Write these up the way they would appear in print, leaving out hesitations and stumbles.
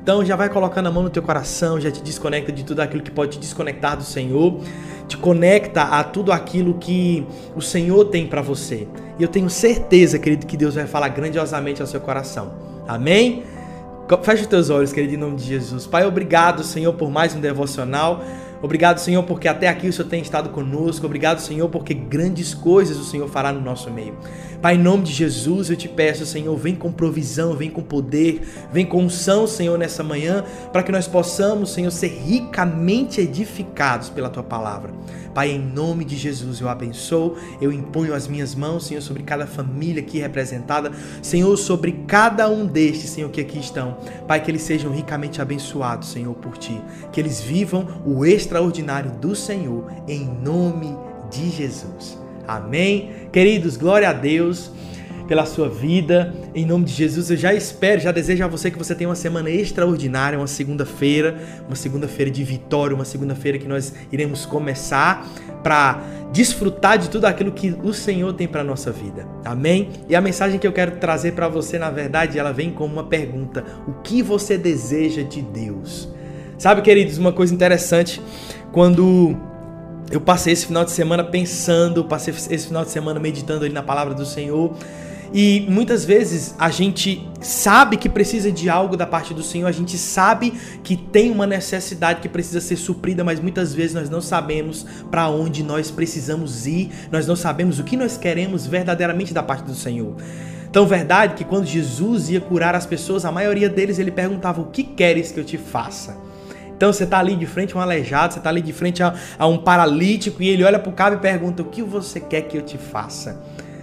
Então já vai colocando a mão no teu coração, já te desconecta de tudo aquilo que pode te desconectar do Senhor, te conecta a tudo aquilo que o Senhor tem para você. E eu tenho certeza, querido, que Deus vai falar grandiosamente ao seu coração. Amém? Fecha os teus olhos, querido, em nome de Jesus. Pai, obrigado, Senhor, por mais um devocional. Obrigado, Senhor, porque até aqui o Senhor tem estado conosco. Obrigado, Senhor, porque grandes coisas o Senhor fará no nosso meio. Pai, em nome de Jesus, eu te peço, Senhor, vem com provisão, vem com poder, vem com unção, Senhor, nessa manhã, para que nós possamos, Senhor, ser ricamente edificados pela Tua palavra. Pai, em nome de Jesus, eu abençoo, eu imponho as minhas mãos, Senhor, sobre cada família aqui representada, Senhor, sobre cada um destes, Senhor, que aqui estão. Pai, que eles sejam ricamente abençoados, Senhor, por Ti, que eles vivam o extraordinário do Senhor, em nome de Jesus. Amém? Queridos, glória a Deus pela sua vida, em nome de Jesus. Eu já espero, já desejo a você que você tenha uma semana extraordinária, uma segunda-feira de vitória, uma segunda-feira que nós iremos começar para desfrutar de tudo aquilo que o Senhor tem para a nossa vida. Amém? E a mensagem que eu quero trazer para você, na verdade, ela vem como uma pergunta: o que você deseja de Deus? Sabe, queridos, uma coisa interessante, quando eu passei esse final de semana pensando, passei esse final de semana meditando ali na palavra do Senhor, e muitas vezes a gente sabe que precisa de algo da parte do Senhor, a gente sabe que tem uma necessidade que precisa ser suprida, mas muitas vezes nós não sabemos para onde nós precisamos ir, nós não sabemos o que nós queremos verdadeiramente da parte do Senhor. Tão verdade que quando Jesus ia curar as pessoas, a maioria deles ele perguntava: o que queres que eu te faça? Então você está ali de frente a um aleijado, você está ali de frente a um paralítico, e ele olha para o cabo e pergunta: o que você quer que eu te faça?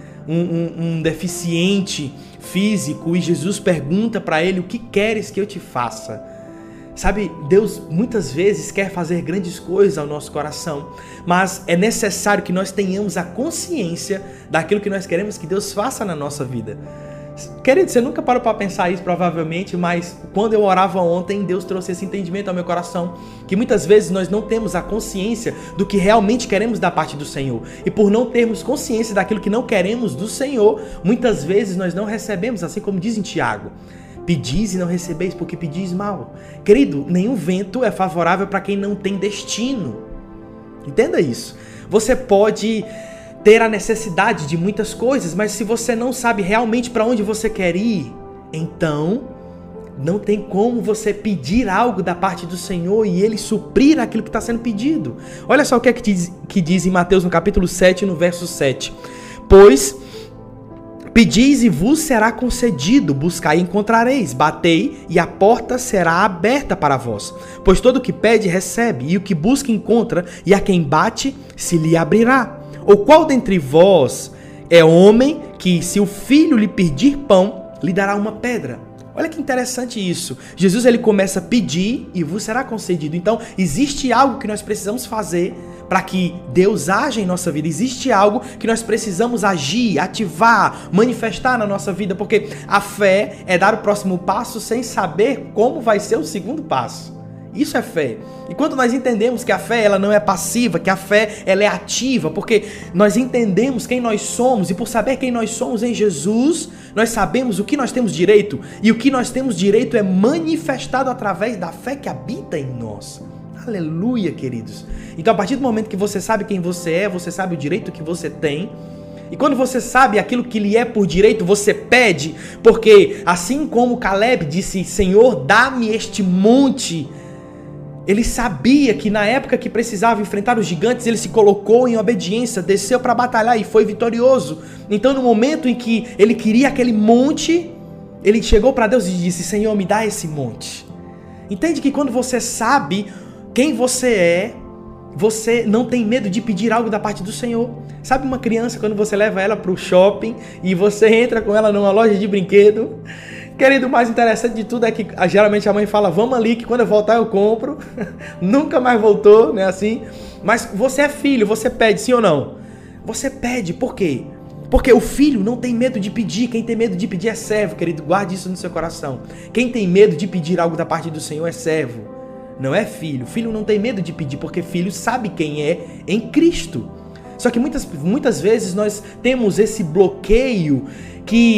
Um deficiente físico, e Jesus pergunta para ele: o que queres que eu te faça? Sabe, Deus muitas vezes quer fazer grandes coisas ao nosso coração, mas é necessário que nós tenhamos a consciência daquilo que nós queremos que Deus faça na nossa vida. Querido, você nunca parou para pensar isso provavelmente, mas quando eu orava ontem, Deus trouxe esse entendimento ao meu coração, que muitas vezes nós não temos a consciência do que realmente queremos da parte do Senhor, e por não termos consciência daquilo que não queremos do Senhor, muitas vezes nós não recebemos, assim como diz em Tiago: pedis e não recebeis porque pedis mal. Querido, nenhum vento é favorável para quem não tem destino. Entenda isso. Você pode ter a necessidade de muitas coisas, mas se você não sabe realmente para onde você quer ir, então não tem como você pedir algo da parte do Senhor e Ele suprir aquilo que está sendo pedido. Olha só o que é que diz em Mateus no capítulo 7, no verso 7. Pois pedis e vos será concedido, buscai e encontrareis, batei e a porta será aberta para vós. Pois todo o que pede recebe, e o que busca encontra, e a quem bate se lhe abrirá. Ou qual dentre vós é homem que, se o filho lhe pedir pão, lhe dará uma pedra? Olha que interessante isso. Jesus ele começa a pedir e vos será concedido. Então, existe algo que nós precisamos fazer para que Deus haja em nossa vida. Existe algo que nós precisamos agir, ativar, manifestar na nossa vida, porque a fé é dar o próximo passo sem saber como vai ser o segundo passo. Isso é fé. E quando nós entendemos que a fé ela não é passiva, que a fé ela é ativa, porque nós entendemos quem nós somos, e por saber quem nós somos em Jesus, nós sabemos o que nós temos direito, e o que nós temos direito é manifestado através da fé que habita em nós. Aleluia, queridos. Então, a partir do momento que você sabe quem você é, você sabe o direito que você tem, e quando você sabe aquilo que lhe é por direito, você pede, porque assim como Caleb disse: Senhor, dá-me este monte. Ele sabia que na época que precisava enfrentar os gigantes, ele se colocou em obediência, desceu para batalhar e foi vitorioso. Então, no momento em que ele queria aquele monte, ele chegou para Deus e disse: Senhor, me dá esse monte. Entende que quando você sabe quem você é, você não tem medo de pedir algo da parte do Senhor. Sabe uma criança, quando você leva ela para o shopping e você entra com ela numa loja de brinquedo? Querido, o mais interessante de tudo é que geralmente a mãe fala: vamos ali que quando eu voltar eu compro. Nunca mais voltou, né, assim? Mas você é filho, você pede, sim ou não? Você pede, por quê? Porque o filho não tem medo de pedir. Quem tem medo de pedir é servo, querido. Guarde isso no seu coração. Quem tem medo de pedir algo da parte do Senhor é servo, não é filho. Filho não tem medo de pedir, porque filho sabe quem é em Cristo. Só que muitas vezes nós temos esse bloqueio que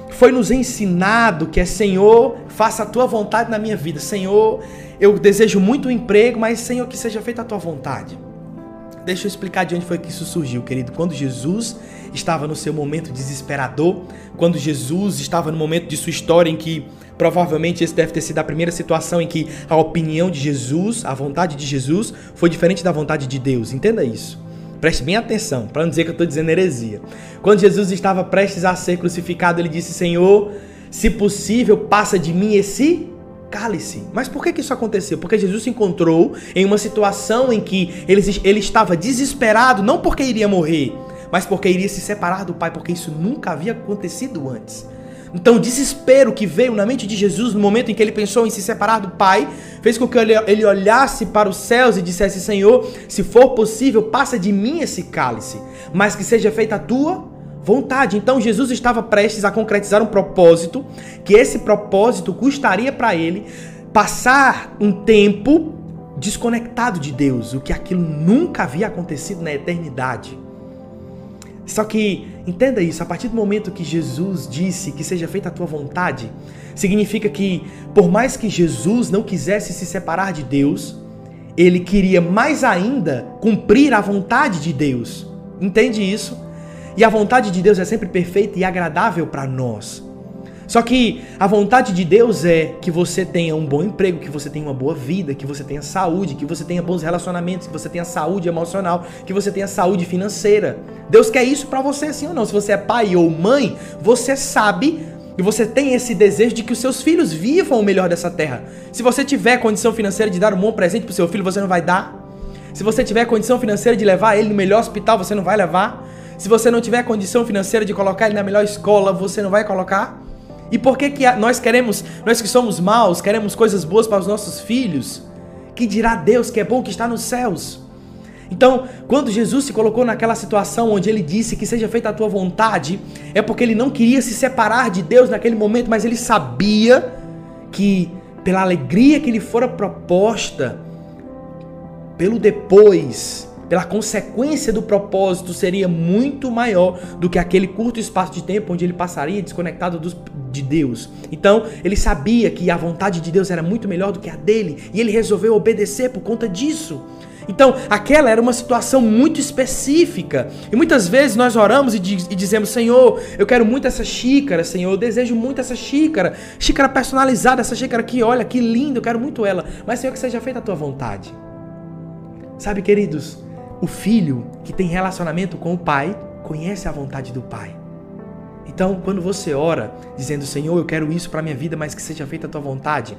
foi nos ensinado que é: Senhor, faça a tua vontade na minha vida. Senhor, eu desejo muito um emprego, mas Senhor, que seja feita a tua vontade. Deixa eu explicar de onde foi que isso surgiu, querido. Quando Jesus estava no seu momento desesperador, quando Jesus estava no momento de sua história em que provavelmente esse deve ter sido a primeira situação em que a opinião de Jesus, a vontade de Jesus, foi diferente da vontade de Deus. Entenda isso. Preste bem atenção, para não dizer que eu estou dizendo heresia. Quando Jesus estava prestes a ser crucificado, ele disse: Senhor, se possível, passa de mim esse cálice. Mas por que isso aconteceu? Porque Jesus se encontrou em uma situação em que ele estava desesperado, não porque iria morrer, mas porque iria se separar do Pai, porque isso nunca havia acontecido antes. Então o desespero que veio na mente de Jesus no momento em que ele pensou em se separar do Pai, fez com que ele olhasse para os céus e dissesse: Senhor, se for possível, passa de mim esse cálice, mas que seja feita a tua vontade. Então Jesus estava prestes a concretizar um propósito, que esse propósito custaria para ele passar um tempo desconectado de Deus, o que aquilo nunca havia acontecido na eternidade. Só que, entenda isso, a partir do momento que Jesus disse que seja feita a tua vontade, significa que, por mais que Jesus não quisesse se separar de Deus, ele queria mais ainda cumprir a vontade de Deus. Entende isso? E a vontade de Deus é sempre perfeita e agradável para nós. Só que a vontade de Deus é que você tenha um bom emprego, que você tenha uma boa vida, que você tenha saúde, que você tenha bons relacionamentos, que você tenha saúde emocional, que você tenha saúde financeira. Deus quer isso para você, sim ou não? Se você é pai ou mãe, você sabe e você tem esse desejo de que os seus filhos vivam o melhor dessa terra. Se você tiver condição financeira de dar um bom presente para o seu filho, você não vai dar? Se você tiver condição financeira de levar ele no melhor hospital, você não vai levar? Se você não tiver condição financeira de colocar ele na melhor escola, você não vai colocar? E por que nós que somos maus, queremos coisas boas para os nossos filhos? Que dirá Deus que é bom, que está nos céus? Então, quando Jesus se colocou naquela situação onde ele disse que seja feita a tua vontade, é porque ele não queria se separar de Deus naquele momento, mas ele sabia que pela alegria que lhe fora proposta, pelo depois, pela consequência do propósito, seria muito maior do que aquele curto espaço de tempo onde ele passaria desconectado de Deus. Então, ele sabia que a vontade de Deus era muito melhor do que a dele, e ele resolveu obedecer por conta disso. Então, aquela era uma situação muito específica. E muitas vezes nós oramos e dizemos: Senhor, eu quero muito essa xícara, Senhor, eu desejo muito essa xícara personalizada, essa xícara aqui, olha, que linda, eu quero muito ela. Mas, Senhor, que seja feita a tua vontade. Sabe, queridos, o filho que tem relacionamento com o pai conhece a vontade do pai. Então, quando você ora dizendo: Senhor, eu quero isso para minha vida, mas que seja feita a tua vontade,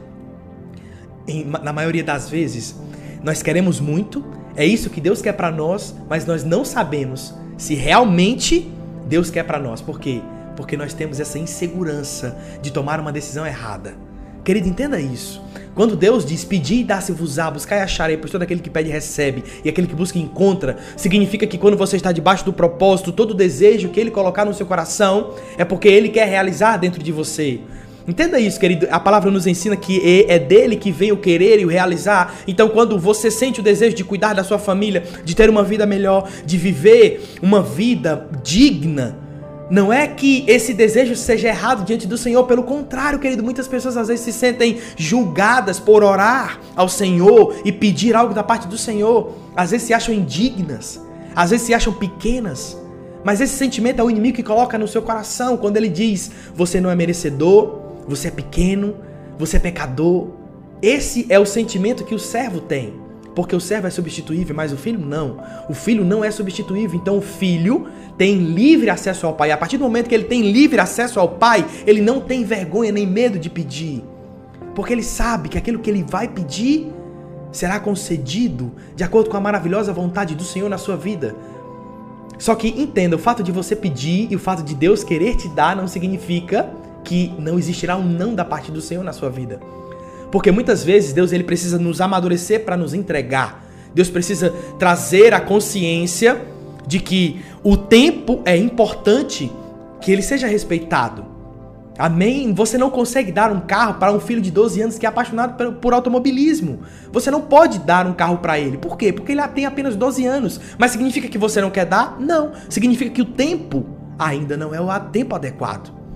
na maioria das vezes nós queremos muito, é isso que Deus quer para nós, mas nós não sabemos se realmente Deus quer para nós. Por quê? Porque nós temos essa insegurança de tomar uma decisão errada. Querido, entenda isso. Quando Deus diz: pedi e dá-se-vos-á, buscai e acharei, pois todo aquele que pede recebe, e aquele que busca encontra, significa que quando você está debaixo do propósito, todo desejo que Ele colocar no seu coração é porque Ele quer realizar dentro de você. Entenda isso, querido. A palavra nos ensina que é dele que vem o querer e o realizar. Então, quando você sente o desejo de cuidar da sua família, de ter uma vida melhor, de viver uma vida digna, não é que esse desejo seja errado diante do Senhor. Pelo contrário, querido, muitas pessoas às vezes se sentem julgadas por orar ao Senhor e pedir algo da parte do Senhor. Às vezes se acham indignas, às vezes se acham pequenas. Mas esse sentimento é o inimigo que coloca no seu coração quando ele diz: você não é merecedor, você é pequeno, você é pecador. Esse é o sentimento que o servo tem. Porque o servo é substituível, mas o filho não. O filho não é substituível. Então o filho tem livre acesso ao pai. A partir do momento que ele tem livre acesso ao pai, ele não tem vergonha nem medo de pedir. Porque ele sabe que aquilo que ele vai pedir será concedido de acordo com a maravilhosa vontade do Senhor na sua vida. Só que entenda, o fato de você pedir e o fato de Deus querer te dar não significa que não existirá um não da parte do Senhor na sua vida. Porque muitas vezes Deus ele precisa nos amadurecer para nos entregar. Deus precisa trazer a consciência de que o tempo é importante, que ele seja respeitado. Amém? Você não consegue dar um carro para um filho de 12 anos que é apaixonado por automobilismo. Você não pode dar um carro para ele. Por quê? Porque ele tem apenas 12 anos. Mas significa que você não quer dar? Não. Significa que o tempo ainda não é o tempo adequado.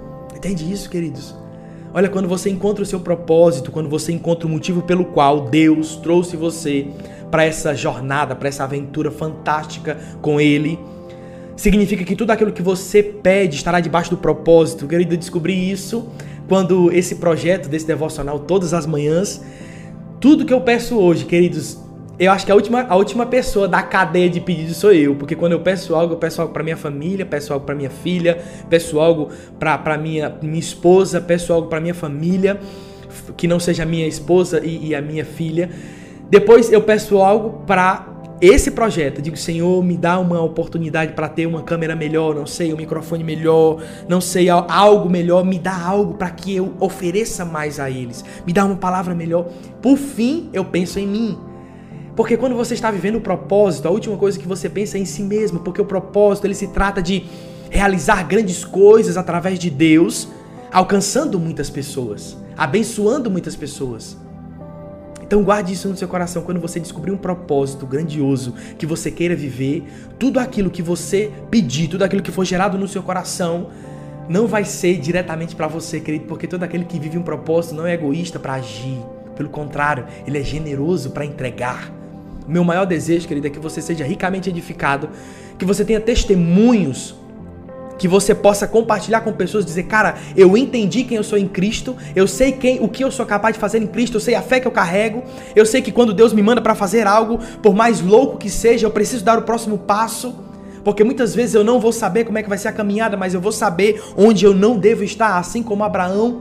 Entende isso, queridos? Olha, quando você encontra o seu propósito, quando você encontra o motivo pelo qual Deus trouxe você para essa jornada, para essa aventura fantástica com Ele, significa que tudo aquilo que você pede estará debaixo do propósito. Querido, eu descobri isso quando esse projeto desse devocional, todas as manhãs, tudo que eu peço hoje, queridos, eu acho que a última pessoa da cadeia de pedidos sou eu, porque quando eu peço algo para minha família, peço algo para minha filha, peço algo para minha esposa, peço algo para minha família, que não seja a minha esposa e a minha filha. Depois eu peço algo para esse projeto, digo, Senhor, me dá uma oportunidade para ter uma câmera melhor, não sei, um microfone melhor, não sei, algo melhor, me dá algo para que eu ofereça mais a eles, me dá uma palavra melhor. Por fim, eu penso em mim. Porque quando você está vivendo o propósito, a última coisa que você pensa é em si mesmo, porque o propósito, ele se trata de realizar grandes coisas através de Deus, alcançando muitas pessoas, abençoando muitas pessoas. Então guarde isso no seu coração. Quando você descobrir um propósito grandioso que você queira viver, tudo aquilo que você pedir, tudo aquilo que for gerado no seu coração, não vai ser diretamente para você, querido, porque todo aquele que vive um propósito não é egoísta para agir. Pelo contrário, ele é generoso para entregar. O meu maior desejo, querido, é que você seja ricamente edificado, que você tenha testemunhos, que você possa compartilhar com pessoas, dizer, cara, eu entendi quem eu sou em Cristo, eu sei o que eu sou capaz de fazer em Cristo, eu sei a fé que eu carrego, eu sei que quando Deus me manda para fazer algo, por mais louco que seja, eu preciso dar o próximo passo, porque muitas vezes eu não vou saber como é que vai ser a caminhada, mas eu vou saber onde eu não devo estar, assim como Abraão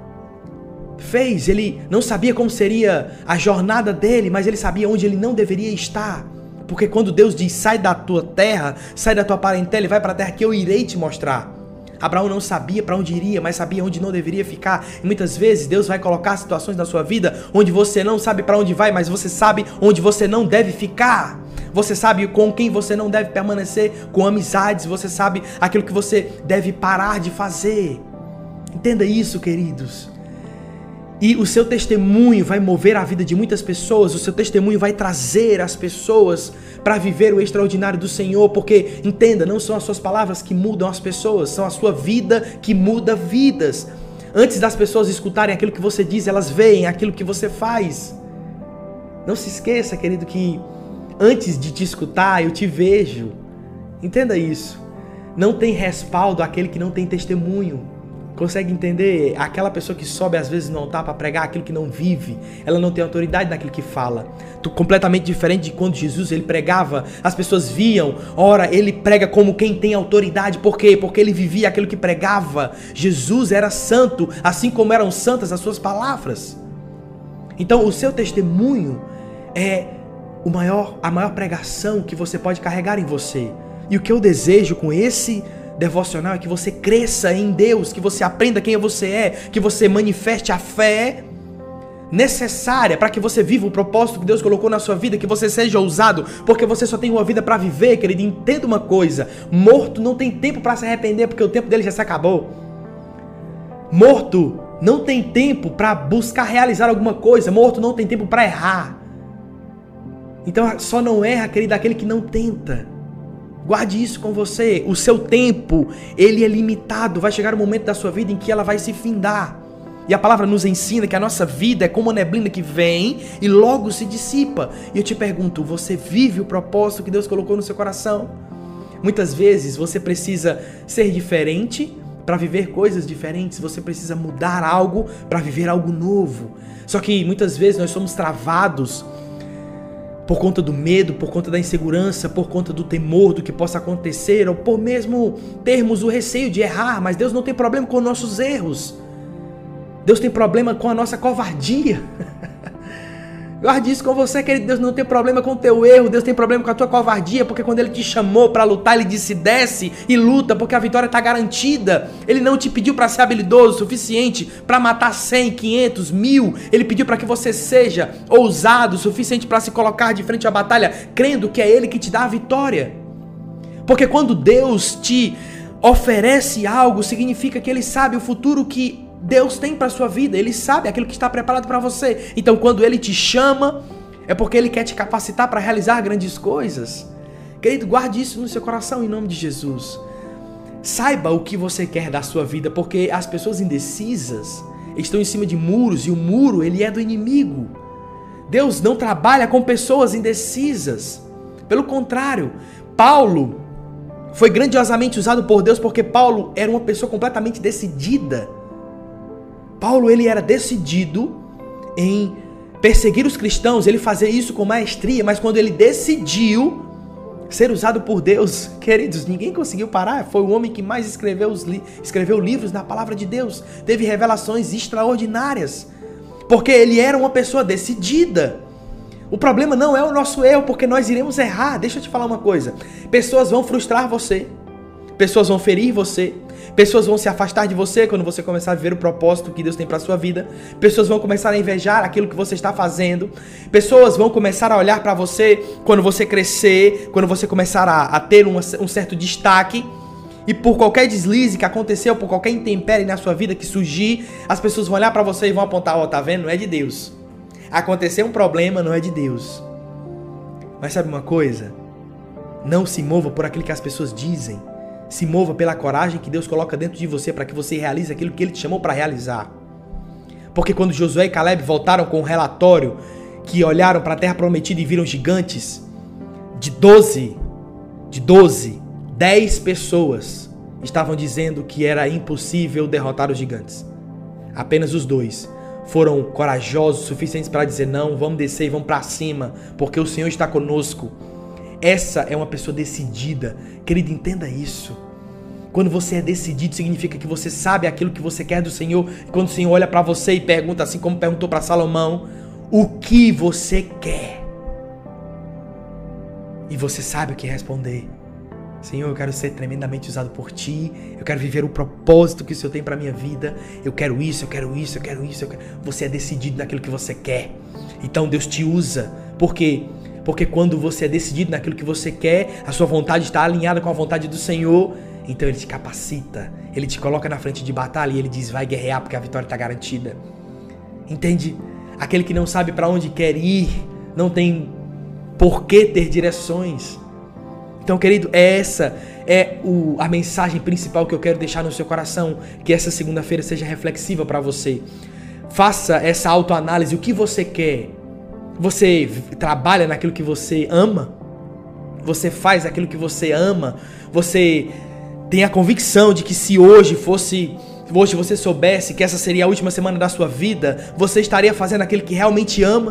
fez. Ele não sabia como seria a jornada dele, mas ele sabia onde ele não deveria estar. Porque quando Deus diz, sai da tua terra, sai da tua parentela e vai para a terra que eu irei te mostrar. Abraão não sabia para onde iria, mas sabia onde não deveria ficar. E muitas vezes Deus vai colocar situações na sua vida onde você não sabe para onde vai, mas você sabe onde você não deve ficar. Você sabe com quem você não deve permanecer, com amizades, você sabe aquilo que você deve parar de fazer. Entenda isso, queridos. E o seu testemunho vai mover a vida de muitas pessoas, o seu testemunho vai trazer as pessoas para viver o extraordinário do Senhor, porque, entenda, não são as suas palavras que mudam as pessoas, são a sua vida que muda vidas. Antes das pessoas escutarem aquilo que você diz, elas veem aquilo que você faz. Não se esqueça, querido, que antes de te escutar, eu te vejo. Entenda isso. Não tem respaldo aquele que não tem testemunho. Consegue entender? Aquela pessoa que sobe às vezes no altar para pregar aquilo que não vive, ela não tem autoridade naquilo que fala. Completamente diferente de quando Jesus ele pregava, as pessoas viam, ora, ele prega como quem tem autoridade. Por quê? Porque ele vivia aquilo que pregava. Jesus era santo, assim como eram santas as suas palavras. Então o seu testemunho é a maior pregação que você pode carregar em você. E o que eu desejo com esse devocional é que você cresça em Deus, que você aprenda quem você é, que você manifeste a fé necessária para que você viva o propósito que Deus colocou na sua vida, que você seja ousado, porque você só tem uma vida para viver, querido. Entenda uma coisa, morto não tem tempo para se arrepender, porque o tempo dele já se acabou. Morto não tem tempo para buscar realizar alguma coisa, morto não tem tempo para errar. Então só não erra, querido, aquele que não tenta. Guarde isso com você. O seu tempo, ele é limitado. Vai chegar um momento da sua vida em que ela vai se findar. E a palavra nos ensina que a nossa vida é como uma neblina que vem e logo se dissipa. E eu te pergunto, você vive o propósito que Deus colocou no seu coração? Muitas vezes você precisa ser diferente para viver coisas diferentes. Você precisa mudar algo para viver algo novo. Só que muitas vezes nós somos travados por conta do medo, por conta da insegurança, por conta do temor do que possa acontecer, ou por mesmo termos o receio de errar. Mas Deus não tem problema com nossos erros. Deus tem problema com a nossa covardia. Guarde isso com você, querido. Deus não tem problema com o teu erro, Deus tem problema com a tua covardia, porque quando Ele te chamou para lutar, Ele disse, desce e luta, porque a vitória está garantida. Ele não te pediu para ser habilidoso o suficiente para matar 100, 500, 1000. Ele pediu para que você seja ousado o suficiente para se colocar de frente à batalha, crendo que é Ele que te dá a vitória. Porque quando Deus te oferece algo, significa que Ele sabe o futuro que Deus tem para sua vida, Ele sabe aquilo que está preparado para você. Então quando Ele te chama, é porque Ele quer te capacitar para realizar grandes coisas. Querido, guarde isso no seu coração em nome de Jesus. Saiba o que você quer da sua vida, porque as pessoas indecisas estão em cima de muros e o muro, ele é do inimigo. Deus não trabalha com pessoas indecisas. Pelo contrário, Paulo foi grandiosamente usado por Deus porque Paulo era uma pessoa completamente decidida. Paulo, ele era decidido em perseguir os cristãos, ele fazia isso com maestria, mas quando ele decidiu ser usado por Deus, queridos, ninguém conseguiu parar. Foi o homem que mais escreveu livros na palavra de Deus, teve revelações extraordinárias, porque ele era uma pessoa decidida. O problema não é o nosso erro, porque nós iremos errar. Deixa eu te falar uma coisa, pessoas vão frustrar você, pessoas vão ferir você, pessoas vão se afastar de você quando você começar a viver o propósito que Deus tem para sua vida. Pessoas vão começar a invejar aquilo que você está fazendo. Pessoas vão começar a olhar para você quando você crescer, quando você começar a ter um certo destaque. E por qualquer deslize que aconteceu, por qualquer intempérie na sua vida que surgir, as pessoas vão olhar para você e vão apontar: ó, tá vendo? Não é de Deus. Aconteceu um problema, não é de Deus. Mas sabe uma coisa? Não se mova por aquilo que as pessoas dizem. Se mova pela coragem que Deus coloca dentro de você para que você realize aquilo que Ele te chamou para realizar. Porque quando Josué e Caleb voltaram com um relatório, que olharam para a terra prometida e viram gigantes, de 10 pessoas estavam dizendo que era impossível derrotar os gigantes. Apenas os 2 foram corajosos o suficientes para dizer: não, vamos descer e vamos para cima, porque o Senhor está conosco. Essa é uma pessoa decidida. Querido, entenda isso. Quando você é decidido, significa que você sabe aquilo que você quer do Senhor. Quando o Senhor olha para você e pergunta, assim como perguntou para Salomão, o que você quer? E você sabe o que responder. Senhor, eu quero ser tremendamente usado por Ti. Eu quero viver o propósito que o Senhor tem para minha vida. Eu quero isso, eu quero isso, eu quero isso. Você é decidido naquilo que você quer. Então Deus te usa. Por quê? Porque quando você é decidido naquilo que você quer, a sua vontade está alinhada com a vontade do Senhor, então Ele te capacita, Ele te coloca na frente de batalha e Ele diz: vai guerrear porque a vitória está garantida. Entende? Aquele que não sabe para onde quer ir, não tem por que ter direções. Então, querido, essa é a mensagem principal que eu quero deixar no seu coração, que essa segunda-feira seja reflexiva para você. Faça essa autoanálise, o que você quer. Você trabalha naquilo que você ama? Você faz aquilo que você ama? Você tem a convicção de que se hoje você soubesse que essa seria a última semana da sua vida, você estaria fazendo aquilo que realmente ama?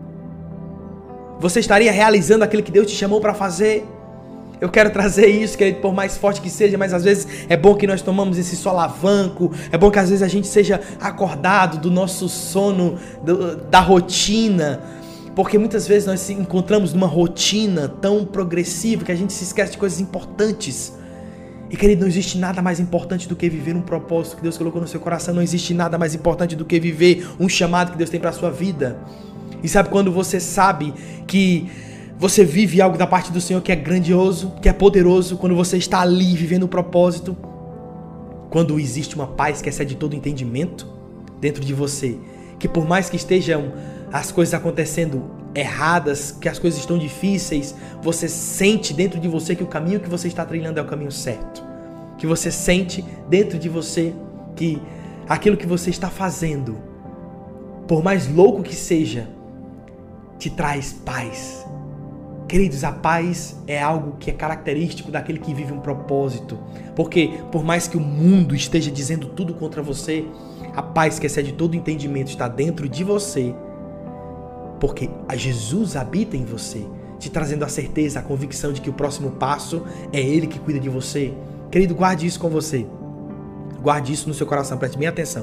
Você estaria realizando aquilo que Deus te chamou para fazer? Eu quero trazer isso, querido, por mais forte que seja, mas às vezes é bom que nós tomamos esse solavanco, é bom que às vezes a gente seja acordado do nosso sono, da rotina, porque muitas vezes nós se encontramos numa rotina tão progressiva que a gente se esquece de coisas importantes. E, querido, não existe nada mais importante do que viver um propósito que Deus colocou no seu coração. Não existe nada mais importante do que viver um chamado que Deus tem para a sua vida. E sabe quando você sabe que você vive algo da parte do Senhor que é grandioso, que é poderoso, quando você está ali vivendo o propósito, quando existe uma paz que excede todo entendimento dentro de você, que por mais que estejam as coisas acontecendo erradas, que as coisas estão difíceis, você sente dentro de você que o caminho que você está trilhando é o caminho certo. Que você sente dentro de você que aquilo que você está fazendo, por mais louco que seja, te traz paz. Queridos, a paz é algo que é característico daquele que vive um propósito. Porque por mais que o mundo esteja dizendo tudo contra você, a paz que excede todo entendimento está dentro de você. Porque a Jesus habita em você, te trazendo a certeza, a convicção de que o próximo passo é Ele que cuida de você. Querido, guarde isso com você. Guarde isso no seu coração, preste bem atenção.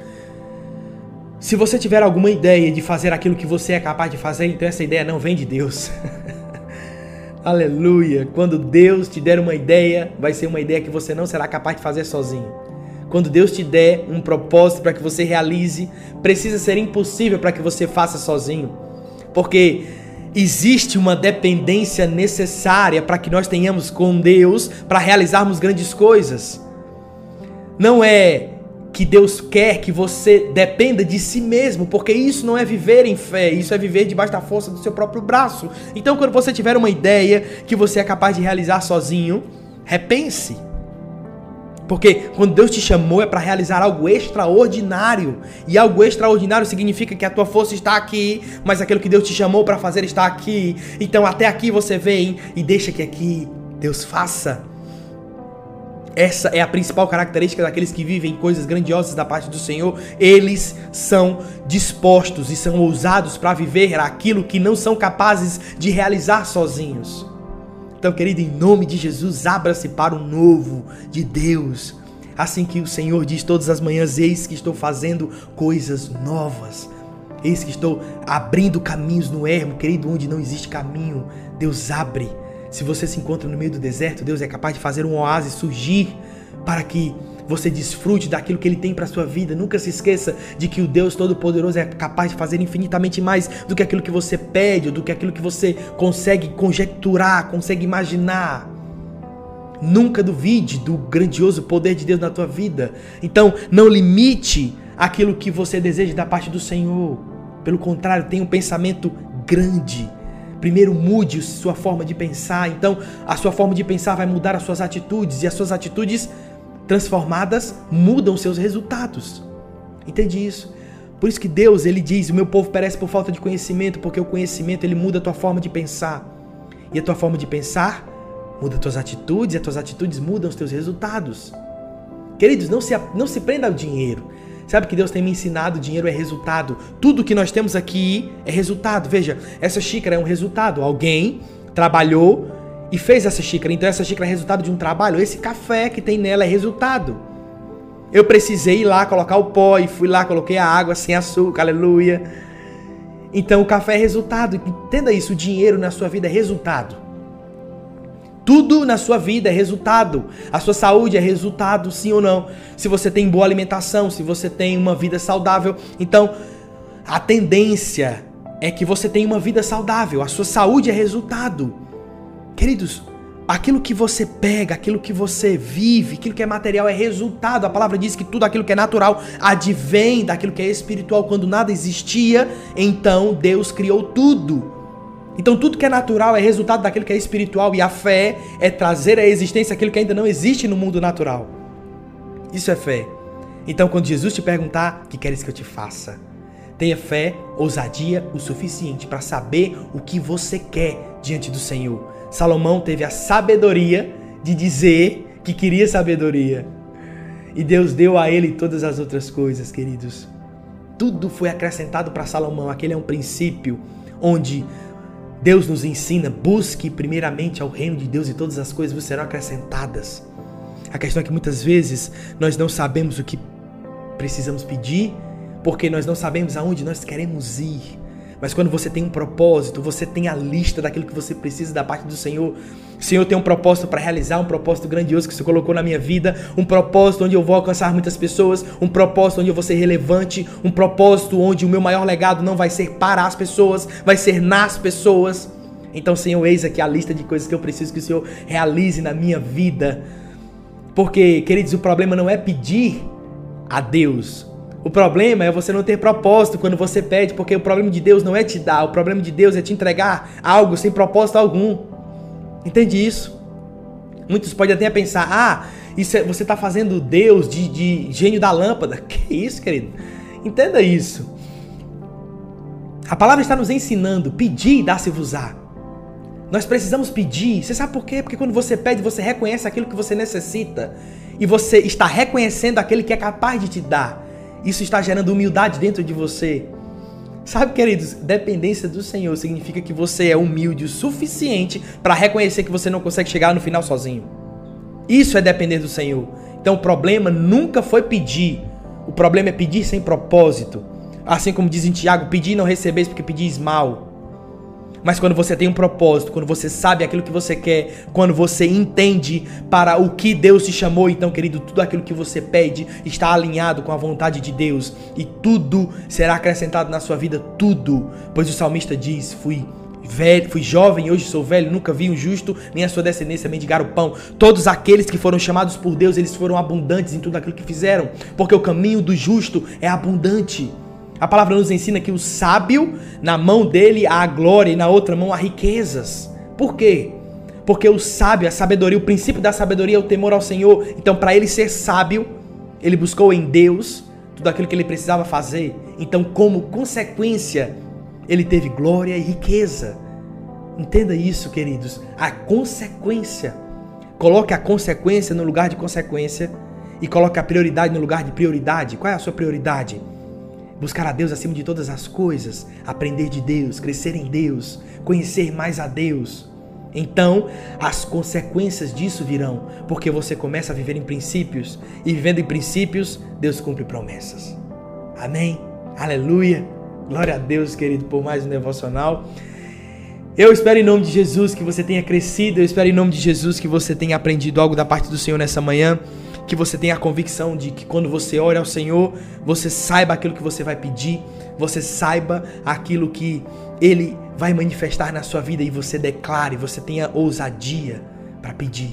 Se você tiver alguma ideia de fazer aquilo que você é capaz de fazer, então essa ideia não vem de Deus. Aleluia! Quando Deus te der uma ideia, vai ser uma ideia que você não será capaz de fazer sozinho. Quando Deus te der um propósito para que você realize, precisa ser impossível para que você faça sozinho. Porque existe uma dependência necessária para que nós tenhamos com Deus para realizarmos grandes coisas. Não é que Deus quer que você dependa de si mesmo, porque isso não é viver em fé, isso é viver debaixo da força do seu próprio braço. Então, quando você tiver uma ideia que você é capaz de realizar sozinho, repense. Porque quando Deus te chamou é para realizar algo extraordinário. E algo extraordinário significa que a tua força está aqui, mas aquilo que Deus te chamou para fazer está aqui. Então até aqui você vem e deixa que aqui Deus faça. Essa é a principal característica daqueles que vivem coisas grandiosas da parte do Senhor. Eles são dispostos e são ousados para viver aquilo que não são capazes de realizar sozinhos. Então, querido, em nome de Jesus, abra-se para o novo de Deus. Assim que o Senhor diz todas as manhãs: eis que estou fazendo coisas novas. Eis que estou abrindo caminhos no ermo. Querido, onde não existe caminho, Deus abre. Se você se encontra no meio do deserto, Deus é capaz de fazer um oásis surgir para que você desfrute daquilo que Ele tem para a sua vida. Nunca se esqueça de que o Deus Todo-Poderoso é capaz de fazer infinitamente mais do que aquilo que você pede, ou do que aquilo que você consegue conjecturar, consegue imaginar. Nunca duvide do grandioso poder de Deus na tua vida. Então, não limite aquilo que você deseja da parte do Senhor. Pelo contrário, tenha um pensamento grande. Primeiro mude sua forma de pensar. Então a sua forma de pensar vai mudar as suas atitudes. E as suas atitudes transformadas mudam seus resultados. Entende isso? Por isso que Deus, Ele diz: o meu povo perece por falta de conhecimento. Porque o conhecimento, ele muda a tua forma de pensar. E a tua forma de pensar muda as tuas atitudes. E as tuas atitudes mudam os teus resultados. Queridos, não se prenda ao dinheiro. Sabe que Deus tem me ensinado, dinheiro é resultado. Tudo que nós temos aqui é resultado. Veja, essa xícara é um resultado. Alguém trabalhou e fez essa xícara. Então essa xícara é resultado de um trabalho. Esse café que tem nela é resultado. Eu precisei ir lá colocar o pó e fui lá, coloquei a água sem açúcar, aleluia. Então o café é resultado. Entenda isso, o dinheiro na sua vida é resultado. Tudo na sua vida é resultado. A sua saúde é resultado, sim ou não. Se você tem boa alimentação, se você tem uma vida saudável, então a tendência é que você tenha uma vida saudável. A sua saúde é resultado. Queridos, aquilo que você pega, aquilo que você vive, aquilo que é material é resultado. A palavra diz que tudo aquilo que é natural advém daquilo que é espiritual. Quando nada existia, então Deus criou tudo. Então tudo que é natural é resultado daquilo que é espiritual, e a fé é trazer à existência aquilo que ainda não existe no mundo natural. Isso é fé. Então quando Jesus te perguntar: o que queres que eu te faça? Tenha fé, ousadia o suficiente para saber o que você quer diante do Senhor. Salomão teve a sabedoria de dizer que queria sabedoria. E Deus deu a ele todas as outras coisas, queridos. Tudo foi acrescentado para Salomão. Aquele é um princípio onde Deus nos ensina: busque primeiramente ao reino de Deus e todas as coisas vos serão acrescentadas. A questão é que muitas vezes nós não sabemos o que precisamos pedir, porque nós não sabemos aonde nós queremos ir. Mas quando você tem um propósito, você tem a lista daquilo que você precisa da parte do Senhor. O Senhor tem um propósito para realizar, um propósito grandioso que o Senhor colocou na minha vida, um propósito onde eu vou alcançar muitas pessoas, um propósito onde eu vou ser relevante, um propósito onde o meu maior legado não vai ser para as pessoas, vai ser nas pessoas. Então, Senhor, eis aqui a lista de coisas que eu preciso que o Senhor realize na minha vida. Porque, queridos, o problema não é pedir a Deus. O problema é você não ter propósito quando você pede, porque o problema de Deus não é te dar, o problema de Deus é te entregar algo sem propósito algum. Entende isso? Muitos podem até pensar: você está fazendo Deus de gênio da lâmpada. Que isso, querido? Entenda isso. A palavra está nos ensinando: pedir e dá-se-vos-á. Nós precisamos pedir. Você sabe por quê? Porque quando você pede, você reconhece aquilo que você necessita. E você está reconhecendo aquele que é capaz de te dar. Isso está gerando humildade dentro de você. Sabe, queridos, dependência do Senhor significa que você é humilde o suficiente para reconhecer que você não consegue chegar no final sozinho. Isso é depender do Senhor. Então o problema nunca foi pedir. O problema é pedir sem propósito. Assim como diz em Tiago: pedir e não recebeis porque pedis mal. Mas quando você tem um propósito, quando você sabe aquilo que você quer, quando você entende para o que Deus te chamou, então, querido, tudo aquilo que você pede está alinhado com a vontade de Deus, e tudo será acrescentado na sua vida, tudo. Pois o salmista diz: fui jovem e hoje sou velho, nunca vi um justo nem a sua descendência mendigar o pão. Todos aqueles que foram chamados por Deus, eles foram abundantes em tudo aquilo que fizeram, porque o caminho do justo é abundante. A palavra nos ensina que o sábio, na mão dele há a glória e na outra mão há riquezas. Por quê? Porque o sábio, a sabedoria, o princípio da sabedoria é o temor ao Senhor. Então, para ele ser sábio, ele buscou em Deus tudo aquilo que ele precisava fazer. Então, como consequência, ele teve glória e riqueza. Entenda isso, queridos. A consequência. Coloque a consequência no lugar de consequência e coloque a prioridade no lugar de prioridade. Qual é a sua prioridade? Buscar a Deus acima de todas as coisas, aprender de Deus, crescer em Deus, conhecer mais a Deus. Então, as consequências disso virão, porque você começa a viver em princípios, e vivendo em princípios, Deus cumpre promessas. Amém? Aleluia! Glória a Deus, querido, por mais um devocional. Eu espero em nome de Jesus que você tenha crescido, eu espero em nome de Jesus que você tenha aprendido algo da parte do Senhor nessa manhã, que você tenha a convicção de que quando você ora ao Senhor, você saiba aquilo que você vai pedir, você saiba aquilo que Ele vai manifestar na sua vida e você declare, você tenha ousadia para pedir.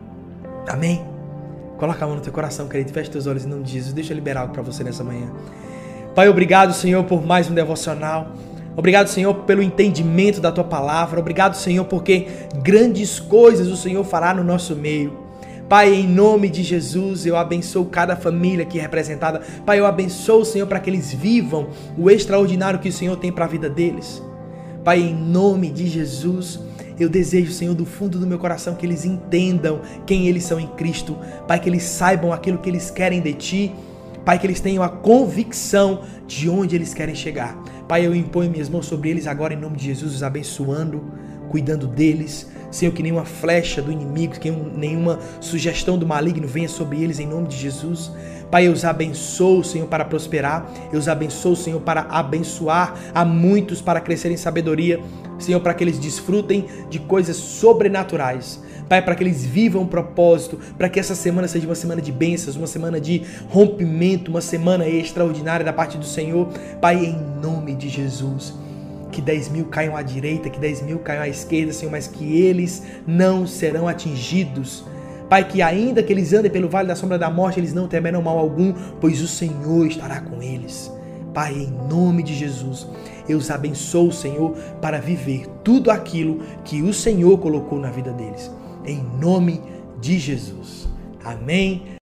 Amém? Coloca a mão no teu coração, querido, fecha teus olhos em nome de Jesus, deixa eu liberar algo para você nessa manhã. Pai, obrigado, Senhor, por mais um devocional. Obrigado, Senhor, pelo entendimento da Tua palavra. Obrigado, Senhor, porque grandes coisas o Senhor fará no nosso meio. Pai, em nome de Jesus, eu abençoo cada família aqui representada. Pai, eu abençoo, Senhor, para que eles vivam o extraordinário que o Senhor tem para a vida deles. Pai, em nome de Jesus, eu desejo, Senhor, do fundo do meu coração que eles entendam quem eles são em Cristo. Pai, que eles saibam aquilo que eles querem de Ti. Pai, que eles tenham a convicção de onde eles querem chegar. Pai, eu imponho minhas mãos sobre eles agora em nome de Jesus, os abençoando, cuidando deles. Senhor, que nenhuma flecha do inimigo, que nenhuma sugestão do maligno venha sobre eles em nome de Jesus. Pai, eu os abençoo, Senhor, para prosperar. Eu os abençoo, Senhor, para abençoar a muitos, para crescer em sabedoria. Senhor, para que eles desfrutem de coisas sobrenaturais. Pai, para que eles vivam um propósito, para que essa semana seja uma semana de bênçãos, uma semana de rompimento, uma semana extraordinária da parte do Senhor. Pai, em nome de Jesus, que 10.000 caiam à direita, que 10.000 caiam à esquerda, Senhor, mas que eles não serão atingidos. Pai, que ainda que eles andem pelo vale da sombra da morte, eles não temerão mal algum, pois o Senhor estará com eles. Pai, em nome de Jesus, eu os abençoo, Senhor, para viver tudo aquilo que o Senhor colocou na vida deles. Em nome de Jesus. Amém.